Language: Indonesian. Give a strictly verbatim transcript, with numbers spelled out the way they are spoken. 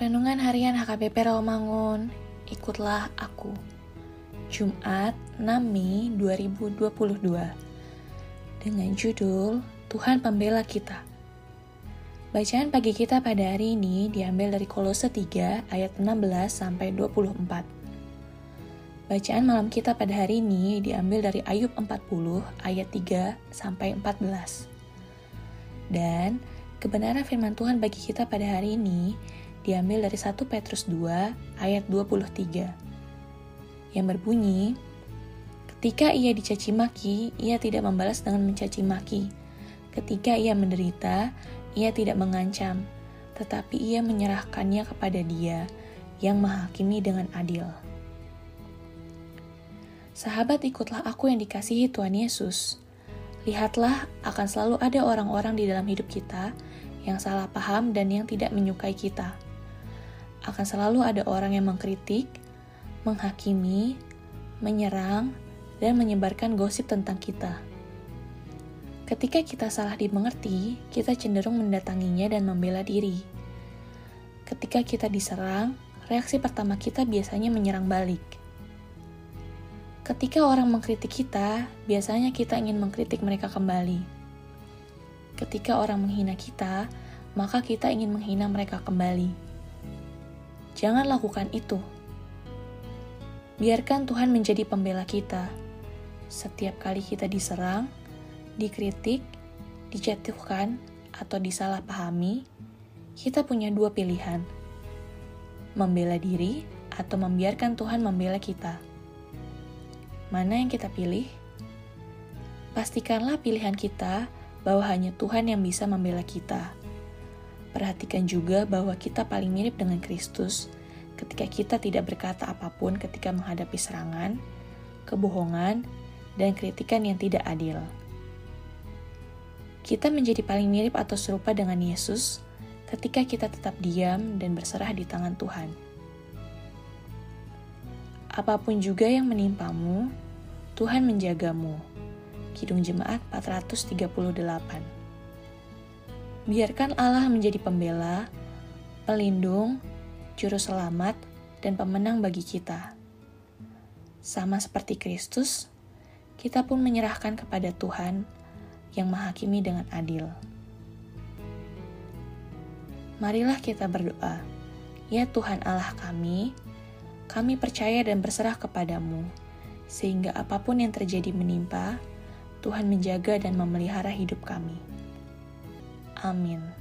Renungan Harian H K B P Rawamangun, ikutlah aku. Jumat enam Mei dua ribu dua puluh dua. Dengan judul Tuhan Pembela Kita. Bacaan pagi kita pada hari ini diambil dari Kolose tiga ayat enam belas sampai dua puluh empat. Bacaan malam kita pada hari ini diambil dari Ayub empat puluh ayat tiga sampai empat belas. Dan kebenaran firman Tuhan bagi kita pada hari ini diambil dari satu Petrus dua ayat dua puluh tiga. Yang berbunyi, ketika ia dicaci maki, ia tidak membalas dengan mencaci maki. Ketika ia menderita, ia tidak mengancam, tetapi ia menyerahkannya kepada Dia yang menghakimi dengan adil. Sahabat, ikutlah aku yang dikasihi Tuhan Yesus. Lihatlah, akan selalu ada orang-orang di dalam hidup kita yang salah paham dan yang tidak menyukai kita. Akan selalu ada orang yang mengkritik, menghakimi, menyerang, dan menyebarkan gosip tentang kita. Ketika kita salah dimengerti, kita cenderung mendatanginya dan membela diri. Ketika kita diserang, reaksi pertama kita biasanya menyerang balik. Ketika orang mengkritik kita, biasanya kita ingin mengkritik mereka kembali. Ketika orang menghina kita, maka kita ingin menghina mereka kembali. Jangan lakukan itu. Biarkan Tuhan menjadi pembela kita. Setiap kali kita diserang, dikritik, dijatuhkan, atau disalahpahami, kita punya dua pilihan. Membela diri atau membiarkan Tuhan membela kita. Mana yang kita pilih? Pastikanlah pilihan kita bahwa hanya Tuhan yang bisa membela kita. Perhatikan juga bahwa kita paling mirip dengan Kristus ketika kita tidak berkata apapun ketika menghadapi serangan, kebohongan, dan kritikan yang tidak adil. Kita menjadi paling mirip atau serupa dengan Yesus ketika kita tetap diam dan berserah di tangan Tuhan. Apapun juga yang menimpamu, Tuhan menjagamu. Kidung Jemaat empat ratus tiga puluh delapan. Biarkan Allah menjadi pembela, pelindung, juru selamat, dan pemenang bagi kita. Sama seperti Kristus, kita pun menyerahkan kepada Tuhan yang menghakimi dengan adil. Marilah kita berdoa. Ya Tuhan Allah kami, kami percaya dan berserah kepadamu, sehingga apapun yang terjadi menimpa, Tuhan menjaga dan memelihara hidup kami. Amin.